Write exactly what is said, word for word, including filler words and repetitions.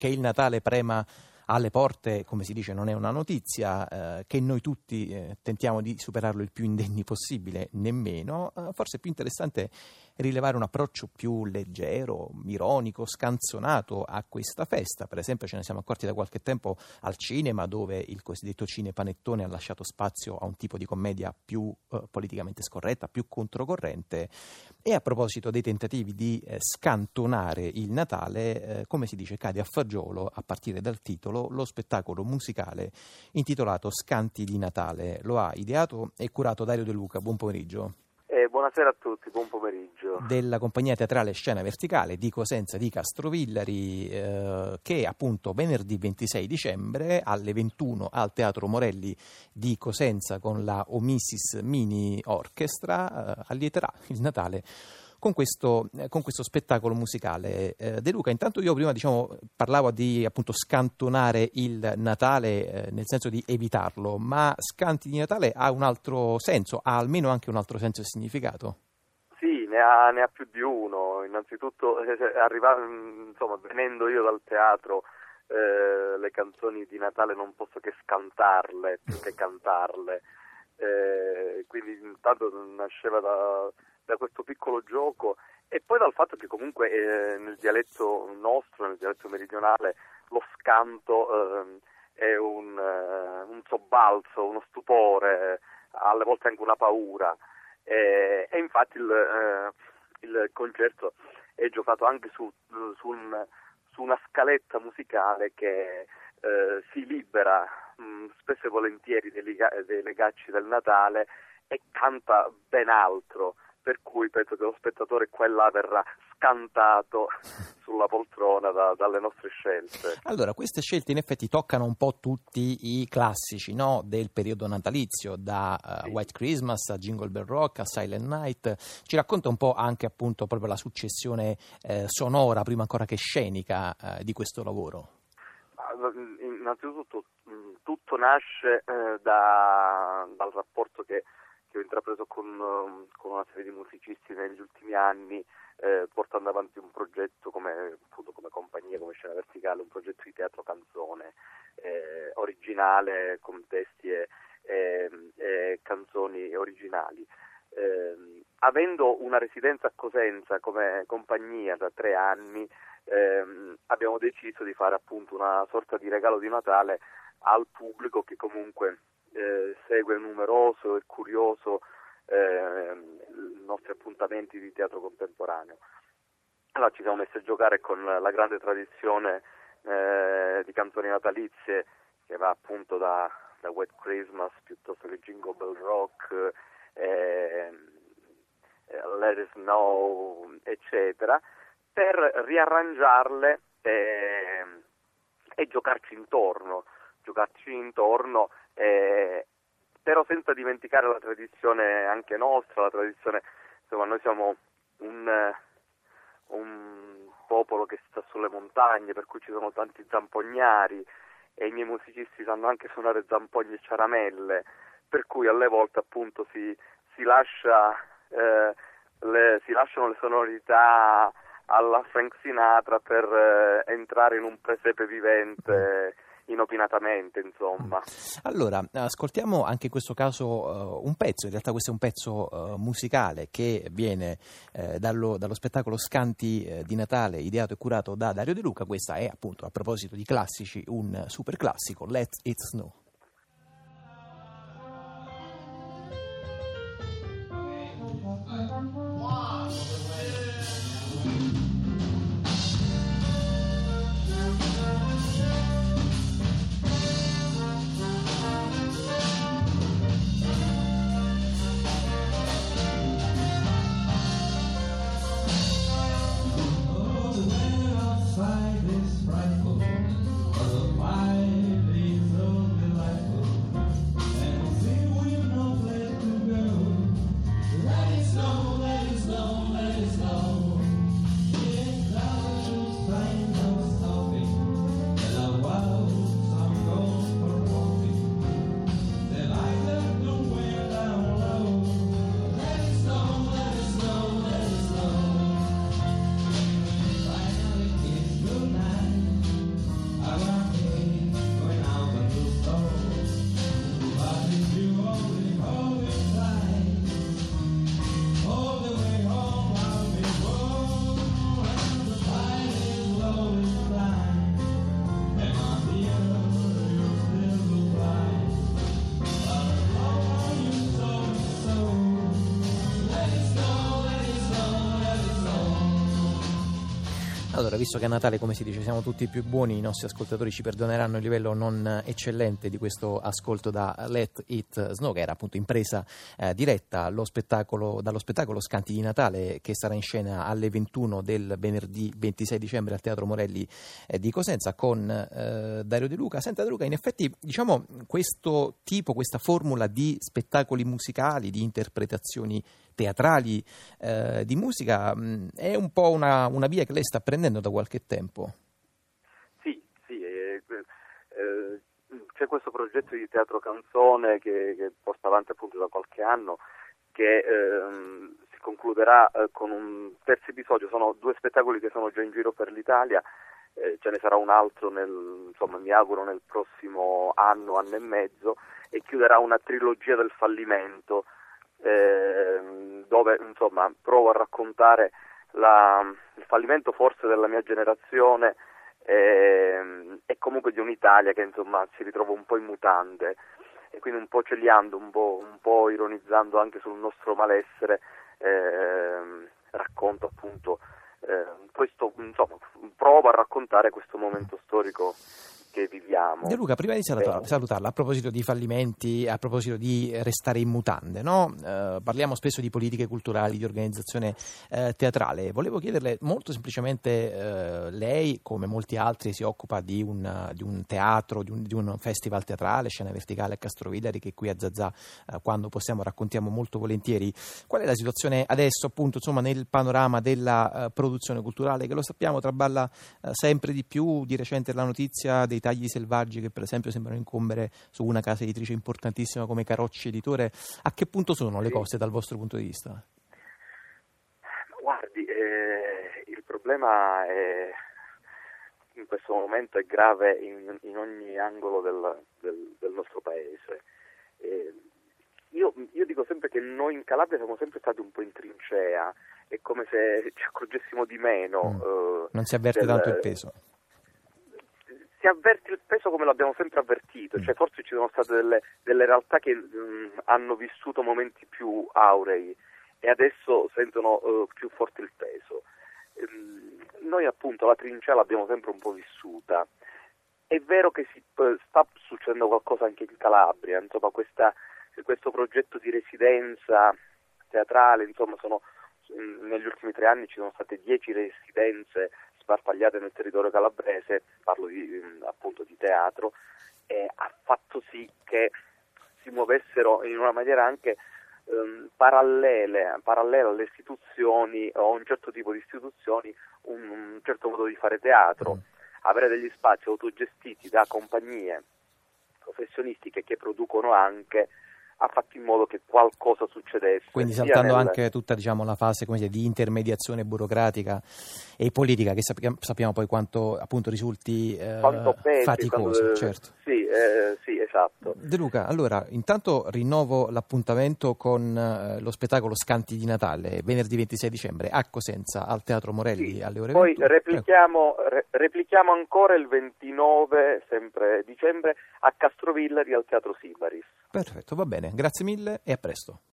che il Natale prema alle porte, come si dice, non è una notizia, eh, che noi tutti eh, tentiamo di superarlo il più indenni possibile, nemmeno. Eh, forse è più interessante rilevare un approccio più leggero, ironico, scanzonato a questa festa. Per esempio ce ne siamo accorti da qualche tempo al cinema, dove il cosiddetto cinepanettone ha lasciato spazio a un tipo di commedia più eh, politicamente scorretta, più controcorrente. E a proposito dei tentativi di eh, scantonare il Natale, eh, come si dice, cade a fagiolo, a partire dal titolo, lo spettacolo musicale intitolato Scanti di Natale. Lo ha ideato e curato Dario De Luca. Buon pomeriggio. Eh, buonasera a tutti, buon pomeriggio. Della compagnia teatrale Scena Verticale di Cosenza di Castrovillari, eh, che appunto venerdì ventisei dicembre alle ventuno al Teatro Morelli di Cosenza con la Omissis Mini Orchestra eh, allieterà il Natale con questo, eh, con questo spettacolo musicale. Eh, De Luca, intanto io prima diciamo parlavo di appunto scantonare il Natale, eh, nel senso di evitarlo, ma Scanti di Natale ha un altro senso, ha almeno anche un altro senso e significato? Sì, ne ha, ne ha più di uno. Innanzitutto, eh, arriva, insomma, venendo io dal teatro, eh, le canzoni di Natale non posso che scantarle più che cantarle. Eh, quindi intanto nasceva da, da questo piccolo gioco e poi dal fatto che comunque eh, nel dialetto nostro, nel dialetto meridionale, lo scanto eh, è un, eh, un sobbalzo, uno stupore, alle volte anche una paura. E, e infatti il, eh, il concerto è giocato anche su, su, un, su una scaletta musicale che eh, si libera mh, spesso e volentieri dei, dei legacci del Natale e canta ben altro, per cui penso che lo spettatore qua e là verrà scantato sulla poltrona da, dalle nostre scelte. Allora, queste scelte in effetti toccano un po' tutti i classici, no, del periodo natalizio, da uh, sì. White Christmas a Jingle Bell Rock a Silent Night. Ci racconta un po' anche appunto proprio la successione eh, sonora, prima ancora che scenica, eh, di questo lavoro? Innanzitutto tutto nasce eh, da, dal rapporto che che ho intrapreso con, con una serie di musicisti negli ultimi anni, eh, portando avanti un progetto come, appunto, come compagnia, come Scena Verticale, un progetto di teatro canzone, eh, originale, con testi e, e, e canzoni originali. Eh, avendo una residenza a Cosenza come compagnia da tre anni, eh, abbiamo deciso di fare appunto una sorta di regalo di Natale al pubblico che comunque Eh, segue numeroso e curioso eh, i nostri appuntamenti di teatro contemporaneo. Allora ci siamo messi a giocare con la grande tradizione eh, di canzoni natalizie che va appunto da, da White Christmas piuttosto che Jingle Bell Rock, eh, eh, Let It Snow, eccetera, per riarrangiarle eh, e giocarci intorno, giocarci intorno Eh, però senza dimenticare la tradizione anche nostra, la tradizione, insomma, noi siamo un, un popolo che sta sulle montagne, per cui ci sono tanti zampognari e i miei musicisti sanno anche suonare zampogne e ciaramelle, per cui alle volte appunto si, si lascia eh, le, si lasciano le sonorità alla Frank Sinatra per eh, entrare in un presepe vivente inopinatamente, insomma. Allora, ascoltiamo anche in questo caso uh, un pezzo, in realtà questo è un pezzo uh, musicale che viene uh, dallo, dallo spettacolo Scanti uh, di Natale, ideato e curato da Dario De Luca. Questa è appunto, a proposito di classici, un super classico, Let It Snow. Allora, visto che a Natale, come si dice, siamo tutti più buoni, i nostri ascoltatori ci perdoneranno il livello non eccellente di questo ascolto da Let It Snow, che era appunto in presa eh, diretta lo spettacolo, dallo spettacolo Scanti di Natale, che sarà in scena alle ventuno del venerdì ventisei dicembre al Teatro Morelli eh, di Cosenza con eh, Dario De Luca. Senta De Luca, in effetti diciamo questo tipo, questa formula di spettacoli musicali, di interpretazioni teatrali eh, di musica mh, è un po' una, una via che lei sta prendendo da qualche tempo. Sì, sì, eh, eh, c'è questo progetto di teatro canzone che, che porta avanti appunto da qualche anno, che eh, si concluderà eh, con un terzo episodio. Sono due spettacoli che sono già in giro per l'Italia, eh, ce ne sarà un altro nel, insomma, mi auguro nel prossimo anno, anno e mezzo, e chiuderà una trilogia del fallimento, Eh, dove insomma provo a raccontare la, il fallimento forse della mia generazione eh, e comunque di un'Italia che insomma si ritrova un po' in mutande, e quindi un po' celiando, un po', un po' ironizzando anche sul nostro malessere, eh, racconto appunto eh, questo, insomma provo a raccontare questo momento storico che viviamo. De Luca, prima di salutarla, salutarla, a proposito di fallimenti, a proposito di restare in mutande, no? Eh, parliamo spesso di politiche culturali, di organizzazione eh, teatrale. Volevo chiederle molto semplicemente, eh, lei, come molti altri, si occupa di un, di un teatro, di un, di un festival teatrale, Scena Verticale a Castrovillari, che qui a Zazà, eh, quando possiamo, raccontiamo molto volentieri. Qual è la situazione adesso, appunto, insomma, nel panorama della uh, produzione culturale, che lo sappiamo traballa uh, sempre di più? Di recente la notizia dei tagli selvaggi che per esempio sembrano incombere su una casa editrice importantissima come Carocci Editore. A che punto sono le cose dal vostro punto di vista? Guardi, eh, il problema è, in questo momento è grave in, in ogni angolo del, del, del nostro paese. Eh, io, io dico sempre che noi in Calabria siamo sempre stati un po' in trincea, è come se ci accorgessimo di meno. Mm. Eh, non si avverte del, tanto il peso. Si avverte il peso come l'abbiamo sempre avvertito, cioè forse ci sono state delle, delle realtà che mh, hanno vissuto momenti più aurei e adesso sentono uh, più forte il peso. Ehm, noi appunto la trincea l'abbiamo sempre un po' vissuta. È vero che si, uh, sta succedendo qualcosa anche in Calabria, insomma questa, questo progetto di residenza teatrale, insomma sono, negli ultimi tre anni ci sono state dieci residenze sparpagliate nel territorio calabrese, parlo di, appunto di teatro, e ha fatto sì che si muovessero in una maniera anche um, parallele, parallela alle istituzioni o a un certo tipo di istituzioni, un, un certo modo di fare teatro, avere degli spazi autogestiti da compagnie professionistiche che producono anche, ha fatto in modo che qualcosa succedesse. Quindi saltando nel... anche tutta, diciamo, la fase, come dire, di intermediazione burocratica e politica, che sappiamo, sappiamo poi quanto appunto risulti eh, pesi, faticoso. Quanto, certo. Sì, eh, sì, esatto. De Luca, allora, intanto rinnovo l'appuntamento con eh, lo spettacolo Scanti di Natale, venerdì ventisei dicembre a Cosenza, al Teatro Morelli, sì. alle ore Poi ventuno. replichiamo, re, replichiamo ancora il ventinove, sempre dicembre, a Castrovillari al Teatro Sibaris. Perfetto, va bene, grazie mille e a presto.